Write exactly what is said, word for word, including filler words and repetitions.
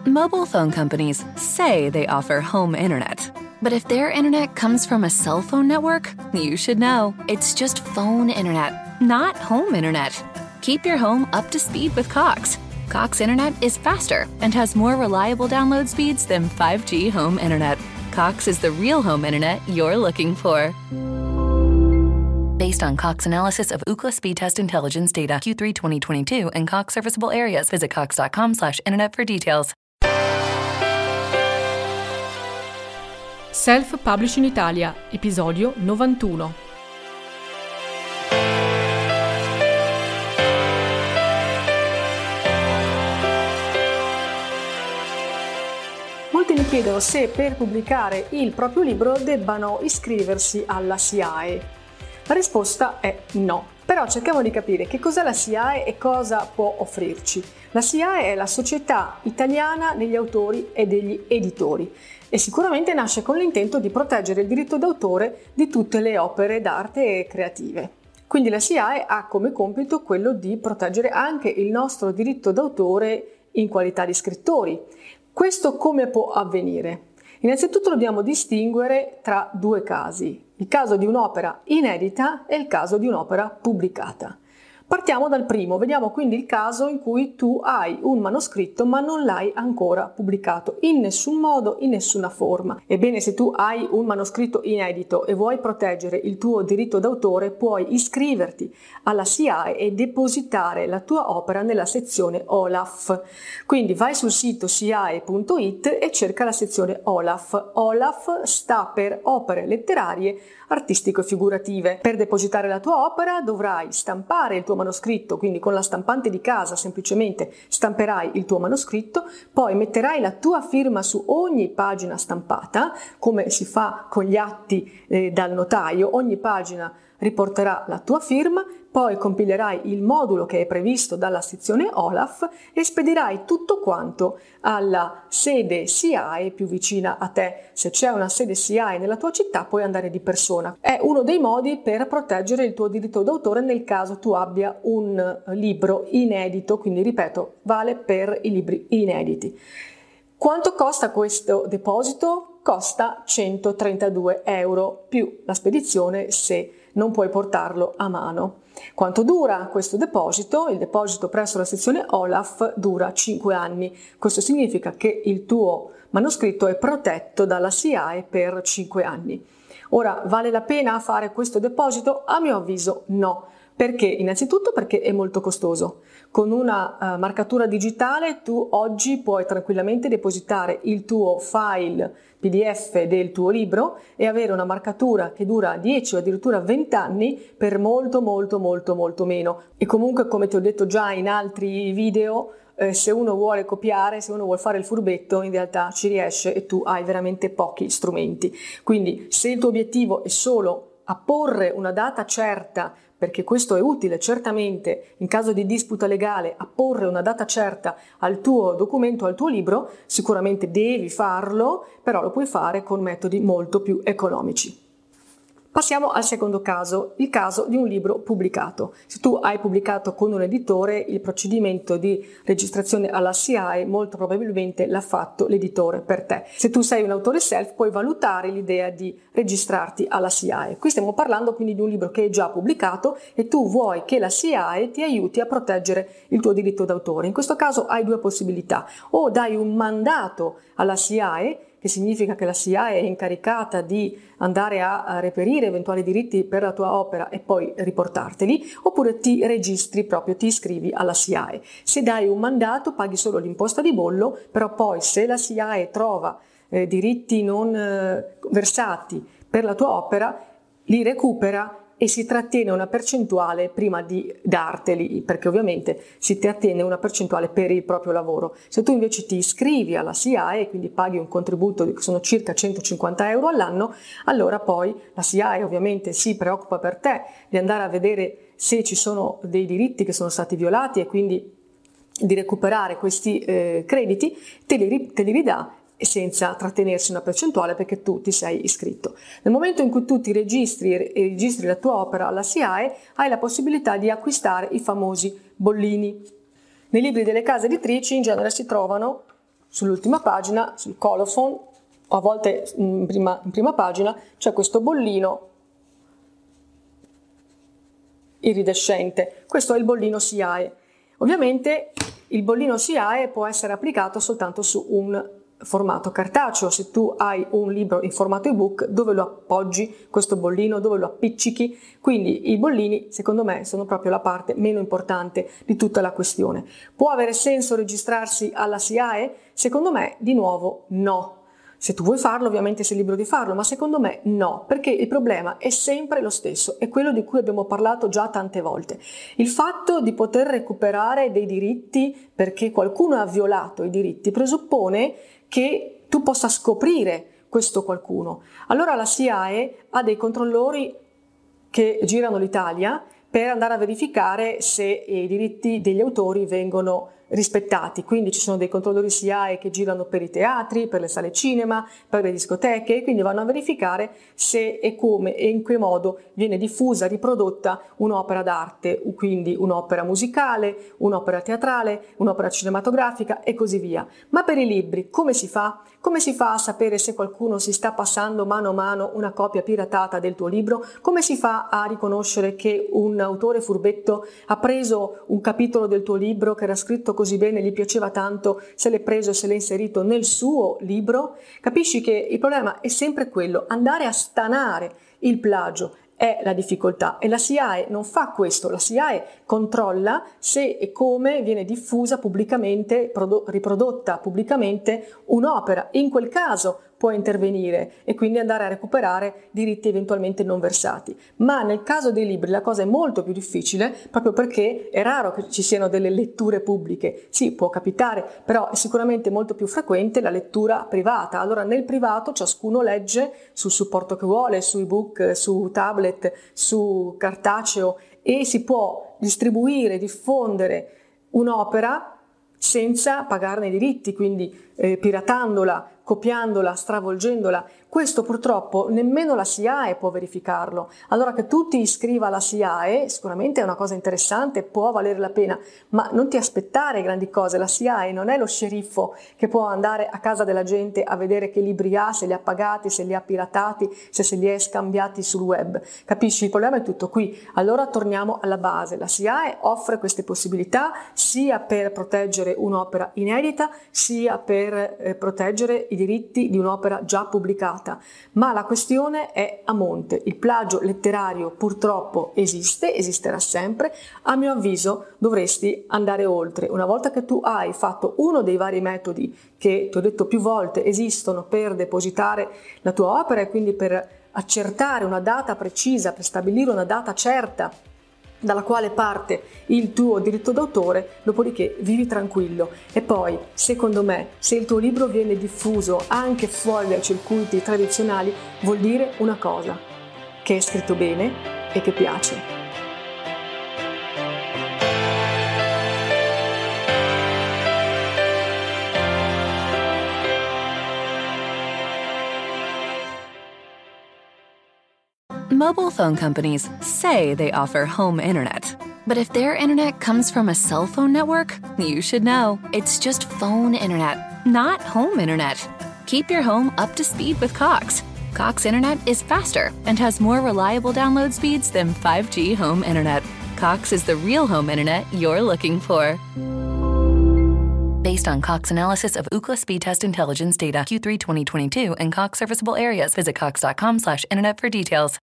Mobile phone companies say they offer home internet. But if their internet comes from a cell phone network, you should know. It's just phone internet, not home internet. Keep your home up to speed with Cox. Cox Internet is faster and has more reliable download speeds than five G home internet. Cox is the real home internet you're looking for. Based on Cox analysis of Ookla speed test intelligence data Q three twenty twenty-two and Cox serviceable areas, visit cox.com slash internet for details. Self-Publishing Italia, episodio novantuno. Molti mi chiedono se per pubblicare il proprio libro debbano iscriversi alla S I A E. La risposta è no, però cerchiamo di capire che cos'è la S I A E e cosa può offrirci. La S I A E è la Società Italiana degli Autori e degli Editori e sicuramente nasce con l'intento di proteggere il diritto d'autore di tutte le opere d'arte creative. Quindi la S I A E ha come compito quello di proteggere anche il nostro diritto d'autore in qualità di scrittori. Questo come può avvenire? Innanzitutto dobbiamo distinguere tra due casi, il caso di un'opera inedita e il caso di un'opera pubblicata. Partiamo dal primo, vediamo quindi il caso in cui tu hai un manoscritto ma non l'hai ancora pubblicato in nessun modo, in nessuna forma. Ebbene, se tu hai un manoscritto inedito e vuoi proteggere il tuo diritto d'autore, puoi iscriverti alla S I A E e depositare la tua opera nella sezione O L A F. Quindi vai sul sito S I A E punto it e cerca la sezione O L A F. O L A F sta per opere letterarie, artistico-figurative. Per depositare la tua opera dovrai stampare il tuo manoscritto, quindi con la stampante di casa semplicemente stamperai il tuo manoscritto, poi metterai la tua firma su ogni pagina stampata, come si fa con gli atti eh, dal notaio, ogni pagina riporterà la tua firma, poi compilerai il modulo che è previsto dalla sezione O L A F e spedirai tutto quanto alla sede S I A E più vicina a te. Se c'è una sede S I A E nella tua città puoi andare di persona. È uno dei modi per proteggere il tuo diritto d'autore nel caso tu abbia un libro inedito, quindi ripeto, vale per i libri inediti. Quanto costa questo deposito? Costa centotrentadue euro più la spedizione se non puoi portarlo a mano. Quanto dura questo deposito? Il deposito presso la sezione O L A F dura cinque anni. Questo significa che il tuo manoscritto è protetto dalla S I A E per cinque anni. Ora, vale la pena fare questo deposito? A mio avviso no. Perché? Innanzitutto perché è molto costoso. Con una uh, marcatura digitale tu oggi puoi tranquillamente depositare il tuo file P D F del tuo libro e avere una marcatura che dura dieci o addirittura venti anni per molto molto molto molto meno. E comunque, come ti ho detto già in altri video, eh, se uno vuole copiare, se uno vuole fare il furbetto, in realtà ci riesce e tu hai veramente pochi strumenti. Quindi se il tuo obiettivo è solo apporre una data certa, perché questo è utile certamente in caso di disputa legale, apporre una data certa al tuo documento, al tuo libro, sicuramente devi farlo, però lo puoi fare con metodi molto più economici. Passiamo al secondo caso, il caso di un libro pubblicato. Se tu hai pubblicato con un editore, il procedimento di registrazione alla S I A E molto probabilmente l'ha fatto l'editore per te. Se tu sei un autore self, puoi valutare l'idea di registrarti alla S I A E. Qui stiamo parlando quindi di un libro che è già pubblicato e tu vuoi che la S I A E ti aiuti a proteggere il tuo diritto d'autore. In questo caso hai due possibilità: o dai un mandato alla S I A E, che significa che la S I A E è incaricata di andare a, a reperire eventuali diritti per la tua opera e poi riportarteli, oppure ti registri proprio, ti iscrivi alla S I A E. Se dai un mandato paghi solo l'imposta di bollo, però poi se la S I A E trova eh, diritti non eh, versati per la tua opera, li recupera e si trattiene una percentuale prima di darteli, perché ovviamente si trattiene una percentuale per il proprio lavoro. Se tu invece ti iscrivi alla S I A E, quindi paghi un contributo che sono circa centocinquanta euro all'anno, allora poi la S I A E ovviamente si preoccupa per te di andare a vedere se ci sono dei diritti che sono stati violati e quindi di recuperare questi eh, crediti, te li, te li ridà senza trattenersi una percentuale perché tu ti sei iscritto. Nel momento in cui tu ti registri e registri la tua opera alla S I A E, hai la possibilità di acquistare i famosi bollini. Nei libri delle case editrici in genere si trovano sull'ultima pagina, sul colophon, o a volte in prima, in prima pagina, c'è questo bollino iridescente. Questo è il bollino S I A E. Ovviamente il bollino S I A E può essere applicato soltanto su un formato cartaceo. Se tu hai un libro in formato ebook, dove lo appoggi questo bollino, dove lo appiccichi? Quindi i bollini, secondo me, sono proprio la parte meno importante di tutta la questione. Può avere senso registrarsi alla S I A E? Secondo me, di nuovo, no. Se tu vuoi farlo, ovviamente sei libero di farlo, ma secondo me no, perché il problema è sempre lo stesso, è quello di cui abbiamo parlato già tante volte. Il fatto di poter recuperare dei diritti perché qualcuno ha violato i diritti presuppone che tu possa scoprire questo qualcuno. Allora la S I A E ha dei controllori che girano l'Italia per andare a verificare se i diritti degli autori vengono rispettati. Quindi ci sono dei controllori S I A E che girano per i teatri, per le sale cinema, per le discoteche, quindi vanno a verificare se e come e in che modo viene diffusa, riprodotta un'opera d'arte, quindi un'opera musicale, un'opera teatrale, un'opera cinematografica e così via. Ma per i libri come si fa? Come si fa a sapere se qualcuno si sta passando mano a mano una copia piratata del tuo libro? Come si fa a riconoscere che un autore furbetto ha preso un capitolo del tuo libro che era scritto così bene, gli piaceva tanto, se l'è preso e se l'è inserito nel suo libro? Capisci che il problema è sempre quello, andare a stanare il plagio è la difficoltà e la S I A E non fa questo. La S I A E controlla se e come viene diffusa pubblicamente, riprodotta pubblicamente un'opera. In quel caso può intervenire e quindi andare a recuperare diritti eventualmente non versati. Ma nel caso dei libri la cosa è molto più difficile, proprio perché è raro che ci siano delle letture pubbliche. Sì, può capitare, però è sicuramente molto più frequente la lettura privata. Allora nel privato ciascuno legge sul supporto che vuole, su ebook, su tablet, su cartaceo, e si può distribuire, diffondere un'opera senza pagarne i diritti, quindi eh, piratandola, copiandola, stravolgendola. Questo purtroppo nemmeno la S I A E può verificarlo. Allora che tu ti iscriva alla S I A E sicuramente è una cosa interessante, può valere la pena, ma non ti aspettare grandi cose. La S I A E non è lo sceriffo che può andare a casa della gente a vedere che libri ha, se li ha pagati, se li ha piratati, se se li è scambiati sul web. Capisci? Il problema è tutto qui. Allora torniamo alla base. La S I A E offre queste possibilità sia per proteggere un'opera inedita, sia per eh, proteggere i diritti di un'opera già pubblicata. Ma la questione è a monte. Il plagio letterario purtroppo esiste, esisterà sempre. A mio avviso dovresti andare oltre. Una volta che tu hai fatto uno dei vari metodi che ti ho detto più volte esistono per depositare la tua opera e quindi per accertare una data precisa, per stabilire una data certa dalla quale parte il tuo diritto d'autore, dopodiché vivi tranquillo. E poi, secondo me, se il tuo libro viene diffuso anche fuori dai circuiti tradizionali, vuol dire una cosa, che è scritto bene e che piace. Mobile phone companies say they offer home internet. But if their internet comes from a cell phone network, you should know. It's just phone internet, not home internet. Keep your home up to speed with Cox. Cox Internet is faster and has more reliable download speeds than five G home internet. Cox is the real home internet you're looking for. Based on Cox analysis of Ookla speed test intelligence data Q three twenty twenty-two and Cox serviceable areas, visit cox dot com slash internet for details.